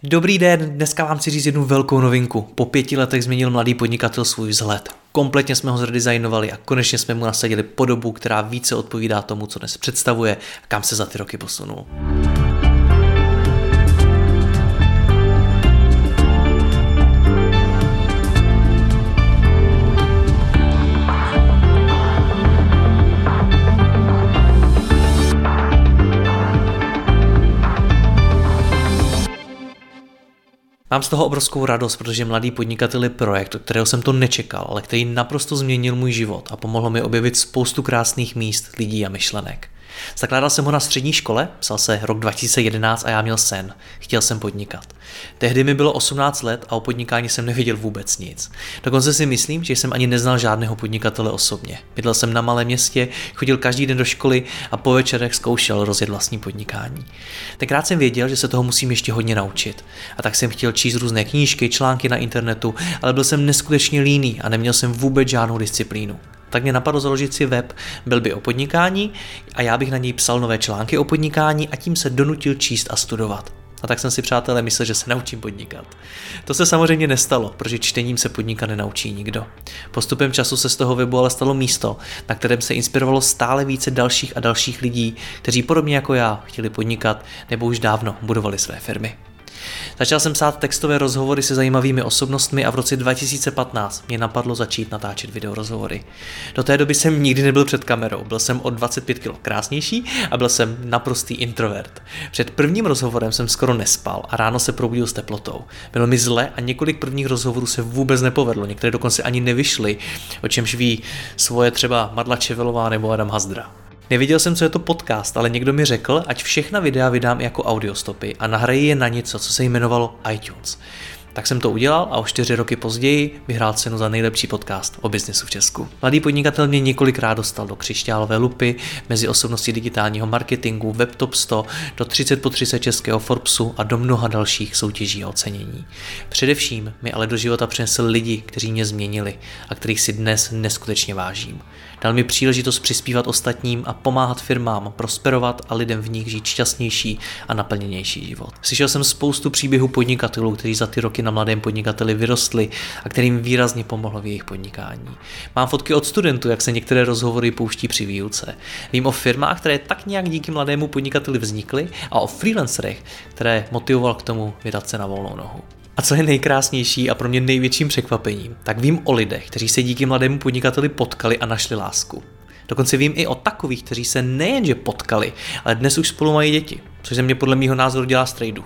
Dobrý den, dneska vám chci říct jednu velkou novinku. Po 5 letech změnil mladý podnikatel svůj vzhled. Kompletně jsme ho zredesignovali a konečně jsme mu nasadili podobu, která více odpovídá tomu, co dnes představuje a kam se za ty roky posunul. Mám z toho obrovskou radost, protože Mladý podnikatel je projekt, od kterého jsem to nečekal, ale který naprosto změnil můj život a pomohl mi objevit spoustu krásných míst, lidí a myšlenek. Zakládal jsem ho na střední škole, psal se rok 2011 a já měl sen. Chtěl jsem podnikat. Tehdy mi bylo 18 let a o podnikání jsem nevěděl vůbec nic. Dokonce si myslím, že jsem ani neznal žádného podnikatele osobně. Bydlel jsem na malém městě, chodil každý den do školy a po večerech zkoušel rozjet vlastní podnikání. Tenkrát jsem věděl, že se toho musím ještě hodně naučit. A tak jsem chtěl číst různé knížky, články na internetu, ale byl jsem neskutečně líný a neměl jsem vůbec žádnou disciplínu. Tak mě napadlo založit si web, byl by o podnikání a já bych na něj psal nové články o podnikání a tím se donutil číst a studovat. A tak jsem si, přátelé, myslel, že se naučím podnikat. To se samozřejmě nestalo, protože čtením se podnikat nenaučí nikdo. Postupem času se z toho webu ale stalo místo, na kterém se inspirovalo stále více dalších a dalších lidí, kteří podobně jako já chtěli podnikat nebo už dávno budovali své firmy. Začal jsem psát textové rozhovory se zajímavými osobnostmi a v roce 2015 mě napadlo začít natáčet videorozhovory. Do té doby jsem nikdy nebyl před kamerou, byl jsem o 25 kg krásnější a byl jsem naprostý introvert. Před prvním rozhovorem jsem skoro nespal a ráno se probudil s teplotou. Bylo mi zle a několik prvních rozhovorů se vůbec nepovedlo, některé dokonce ani nevyšly, o čemž ví svoje třeba Madla Čevelová nebo Adam Hazdra. Nevěděl jsem, co je to podcast, ale někdo mi řekl, ať všechna videa vydám jako audiostopy a nahraji je na něco, co se jmenovalo iTunes. Tak jsem to udělal a o 4 roky později vyhrál cenu za nejlepší podcast o biznesu v Česku. Mladý podnikatel mě několikrát dostal do křišťálové lupy, mezi osobnosti digitálního marketingu, Web Top 100, do 30 po 30 českého Forbesu a do mnoha dalších soutěží a ocenění. Především mi ale do života přinesl lidi, kteří mě změnili a kterých si dnes neskutečně vážím. Dal mi příležitost přispívat ostatním a pomáhat firmám prosperovat a lidem v nich žít šťastnější a naplněnější život. Slyšel jsem spoustu příběhů podnikatelů, kteří za ty roky na Mladém podnikateli vyrostli a kterým výrazně pomohlo v jejich podnikání. Mám fotky od studentů, jak se některé rozhovory pouští při výuce. Vím o firmách, které tak nějak díky Mladému podnikateli vznikly a o freelancerech, které motivoval k tomu vydat se na volnou nohu. A co je nejkrásnější a pro mě největším překvapením, tak vím o lidech, kteří se díky Mladému podnikateli potkali a našli lásku. Dokonce vím i o takových, kteří se nejenže potkali, ale dnes už spolu mají děti, což ze mě podle mýho názoru dělá strejdu.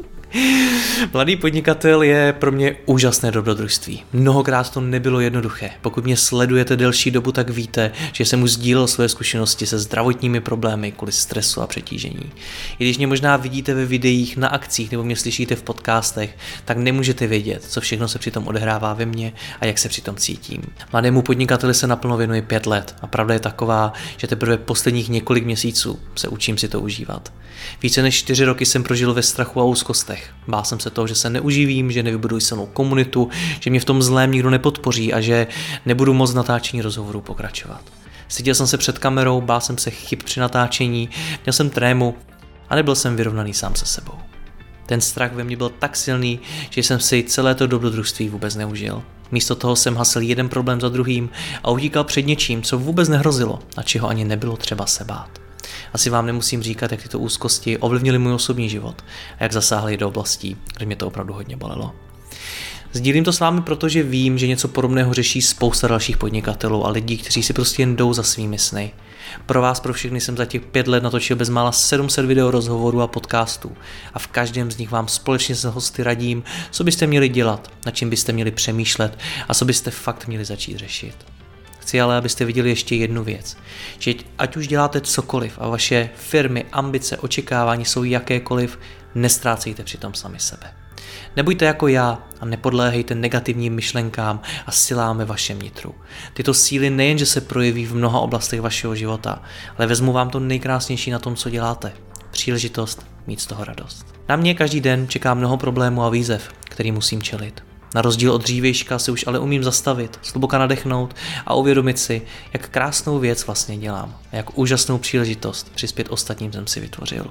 Mladý podnikatel je pro mě úžasné dobrodružství. Mnohokrát to nebylo jednoduché. Pokud mě sledujete delší dobu, tak víte, že jsem už sdílel své zkušenosti se zdravotními problémy kvůli stresu a přetížení. I když mě možná vidíte ve videích, na akcích nebo mě slyšíte v podcastech, tak nemůžete vědět, co všechno se přitom odehrává ve mně a jak se přitom cítím. Mladému podnikateli se naplno věnuje 5 let a pravda je taková, že teprve posledních několik měsíců se učím si to užívat. Více než 4 roky jsem prožil ve strachu a úzkostech. Bál jsem se toho, že se neuživím, že nevybuduji silnou komunitu, že mě v tom zlém nikdo nepodpoří a že nebudu moc natáčení rozhovorů pokračovat. Seděl jsem se před kamerou, bál jsem se chyb při natáčení, měl jsem trému a nebyl jsem vyrovnaný sám se sebou. Ten strach ve mně byl tak silný, že jsem si celé to dobrodružství vůbec neužil. Místo toho jsem hasil jeden problém za druhým a utíkal před něčím, co vůbec nehrozilo a čeho ani nebylo třeba se bát. Asi vám nemusím říkat, jak tyto úzkosti ovlivnily můj osobní život a jak zasáhly do oblastí, kde mě to opravdu hodně bolelo. Sdílím to s vámi, protože vím, že něco podobného řeší spousta dalších podnikatelů a lidí, kteří si prostě jen jdou za svými sny. Pro vás, pro všechny jsem za těch 5 let natočil bezmála 700 videorozhovorů a podcastů a v každém z nich vám společně s hosty radím, co byste měli dělat, nad čím byste měli přemýšlet a co byste fakt měli začít řešit. Chci ale, abyste viděli ještě jednu věc, že ať už děláte cokoliv a vaše firmy, ambice, očekávání jsou jakékoliv, nestrácejte přitom sami sebe. Nebuďte jako já a nepodléhejte negativním myšlenkám a silám ve vašem nitru. Tyto síly nejenže se projeví v mnoha oblastech vašeho života, ale vezmu vám to nejkrásnější na tom, co děláte. Příležitost mít z toho radost. Na mě každý den čeká mnoho problémů a výzev, který musím čelit. Na rozdíl od dřívějška se už ale umím zastavit, zhluboka nadechnout a uvědomit si, jak krásnou věc vlastně dělám a jak úžasnou příležitost přispět ostatním jsem si vytvořil.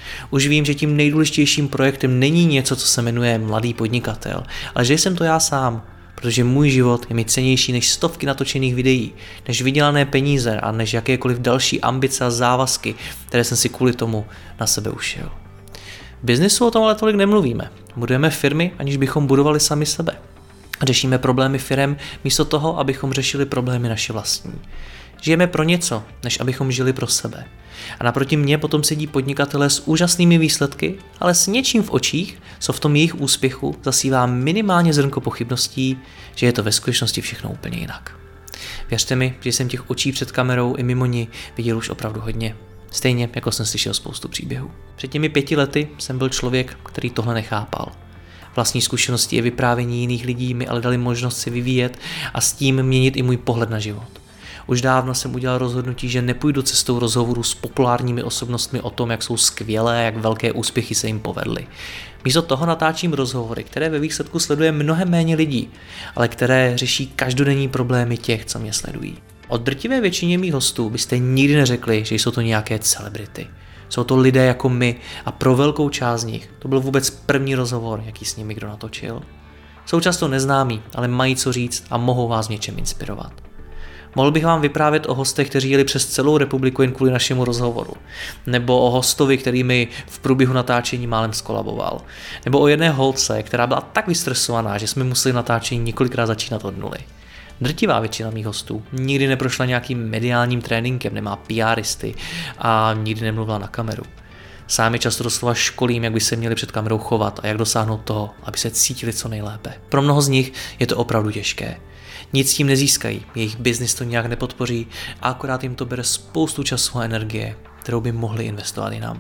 Už vím, že tím nejdůležitějším projektem není něco, co se jmenuje mladý podnikatel, ale že jsem to já sám, protože můj život je mi cennější než stovky natočených videí, než vydělané peníze a než jakékoliv další ambice a závazky, které jsem si kvůli tomu na sebe ušil. V biznesu o tom ale tolik nemluvíme. Budujeme firmy, aniž bychom budovali sami sebe. Řešíme problémy firem místo toho, abychom řešili problémy naše vlastní. Žijeme pro něco, než abychom žili pro sebe. A naproti mně potom sedí podnikatelé s úžasnými výsledky, ale s něčím v očích, co v tom jejich úspěchu zasívá minimálně zrnko pochybností, že je to ve skutečnosti všechno úplně jinak. Věřte mi, že jsem těch očí před kamerou i mimo ní viděl už opravdu hodně. Stejně jako jsem slyšel spoustu příběhů. Před těmi 5 lety jsem byl člověk, který tohle nechápal. Vlastní zkušenosti a vyprávění jiných lidí mi ale dali možnost se vyvíjet a s tím měnit i můj pohled na život. Už dávno jsem udělal rozhodnutí, že nepůjdu cestou rozhovorů s populárními osobnostmi o tom, jak jsou skvělé, jak velké úspěchy se jim povedly. Místo toho natáčím rozhovory, které ve výsledku sleduje mnohem méně lidí, ale které řeší každodenní problémy těch, co mě sledují. O drtivé většině mých hostů byste nikdy neřekli, že jsou to nějaké celebrity. Jsou to lidé jako my a pro velkou část z nich to byl vůbec první rozhovor, jaký s nimi kdo natočil. Jsou často neznámí, ale mají co říct a mohou vás v něčem inspirovat. Mohl bych vám vyprávět o hostech, kteří jeli přes celou republiku jen kvůli našemu rozhovoru. Nebo o hostovi, který mi v průběhu natáčení málem skolaboval. Nebo o jedné holce, která byla tak vystresovaná, že jsme museli natáčení několikrát začínat od nuly. Drtivá většina mých hostů nikdy neprošla nějakým mediálním tréninkem, nemá PRisty a nikdy nemluvila na kameru. Sám je často doslova školím, jak by se měli před kamerou chovat a jak dosáhnout toho, aby se cítili co nejlépe. Pro mnoho z nich je to opravdu těžké. Nic tím nezískají, jejich biznis to nějak nepodpoří a akorát jim to bere spoustu času a energie, kterou by mohli investovat jinam.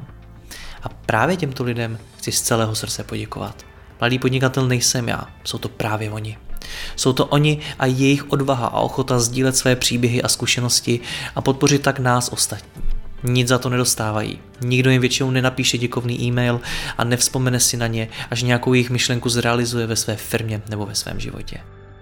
A právě těmto lidem chci z celého srdce poděkovat. Mladý podnikatel nejsem já, jsou to právě oni. Jsou to oni a jejich odvaha a ochota sdílet své příběhy a zkušenosti a podpořit tak nás ostatní. Nic za to nedostávají. Nikdo jim většinou nenapíše děkovný e-mail a nevzpomene si na ně, až nějakou jejich myšlenku zrealizuje ve své firmě nebo ve svém životě.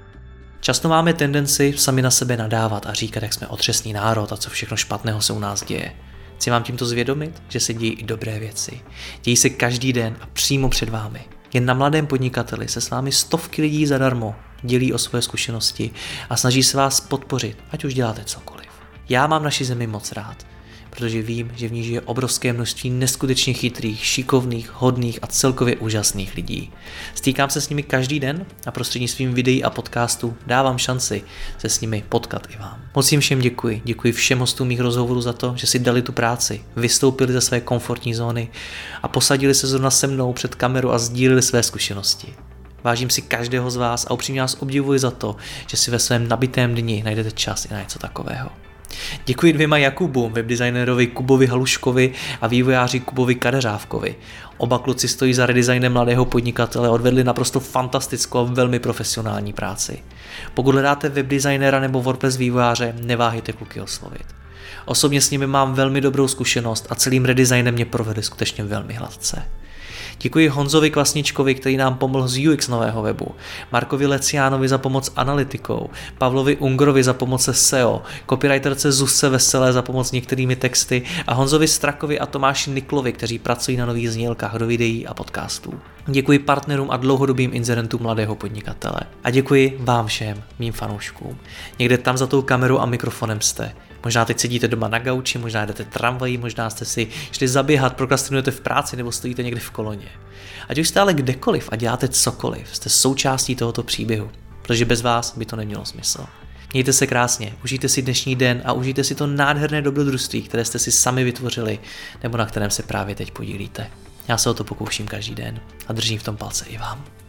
Často máme tendenci sami na sebe nadávat a říkat, jak jsme otřesný národ a co všechno špatného se u nás děje. Chci vám tímto zvědomit, že se dějí i dobré věci. Dějí se každý den a přímo před vámi. Jen na Mladém podnikateli se s vámi stovky lidí zadarmo dělí o své zkušenosti a snaží se vás podpořit, ať už děláte cokoliv. Já mám naši zemi moc rád, protože vím, že v ní žije obrovské množství neskutečně chytrých, šikovných, hodných a celkově úžasných lidí. Stýkám se s nimi každý den a prostřednictvím videí a podcastů dávám šanci se s nimi potkat i vám. Moc jim všem děkuji. Děkuji všem hostům mých rozhovorů za to, že si dali tu práci, vystoupili ze své komfortní zóny a posadili se zrovna se mnou před kameru a sdíleli své zkušenosti. Vážím si každého z vás a upřímně vás obdivuji za to, že si ve svém nabitém dni najdete čas i na něco takového. Děkuji 2 Jakubům, webdesignerovi Kubovi Haluškovi a vývojáři Kubovi Kadeřávkovi. Oba kluci stojí za redesignem mladého podnikatele, odvedli naprosto fantastickou a velmi profesionální práci. Pokud hledáte webdesignera nebo WordPress vývojáře, neváhejte kluky oslovit. Osobně s nimi mám velmi dobrou zkušenost a celým redesignem mě provedli skutečně velmi hladce. Děkuji Honzovi Kvasničkovi, který nám pomohl z UX nového webu, Markovi Leciánovi za pomoc analytikou, Pavlovi Ungrovi za pomoc se SEO, copywriterce Zuzce Veselé za pomoc některými texty a Honzovi Strakovi a Tomáši Niklovi, kteří pracují na nových znělkách do videí a podcastů. Děkuji partnerům a dlouhodobým inzerentům Mladého podnikatele. A děkuji vám všem, mým fanouškům. Někde tam za tou kamerou a mikrofonem jste. Možná teď sedíte doma na gauči, možná jdete tramvají, možná jste si šli zaběhat, prokrastinujete v práci nebo stojíte někde v koloně. Ať už jste ale kdekoliv a děláte cokoliv, jste součástí tohoto příběhu, protože bez vás by to nemělo smysl. Mějte se krásně, užijte si dnešní den a užijte si to nádherné dobrodružství, které jste si sami vytvořili nebo na kterém se právě teď podílíte. Já se o to pokouším každý den a držím v tom palce i vám.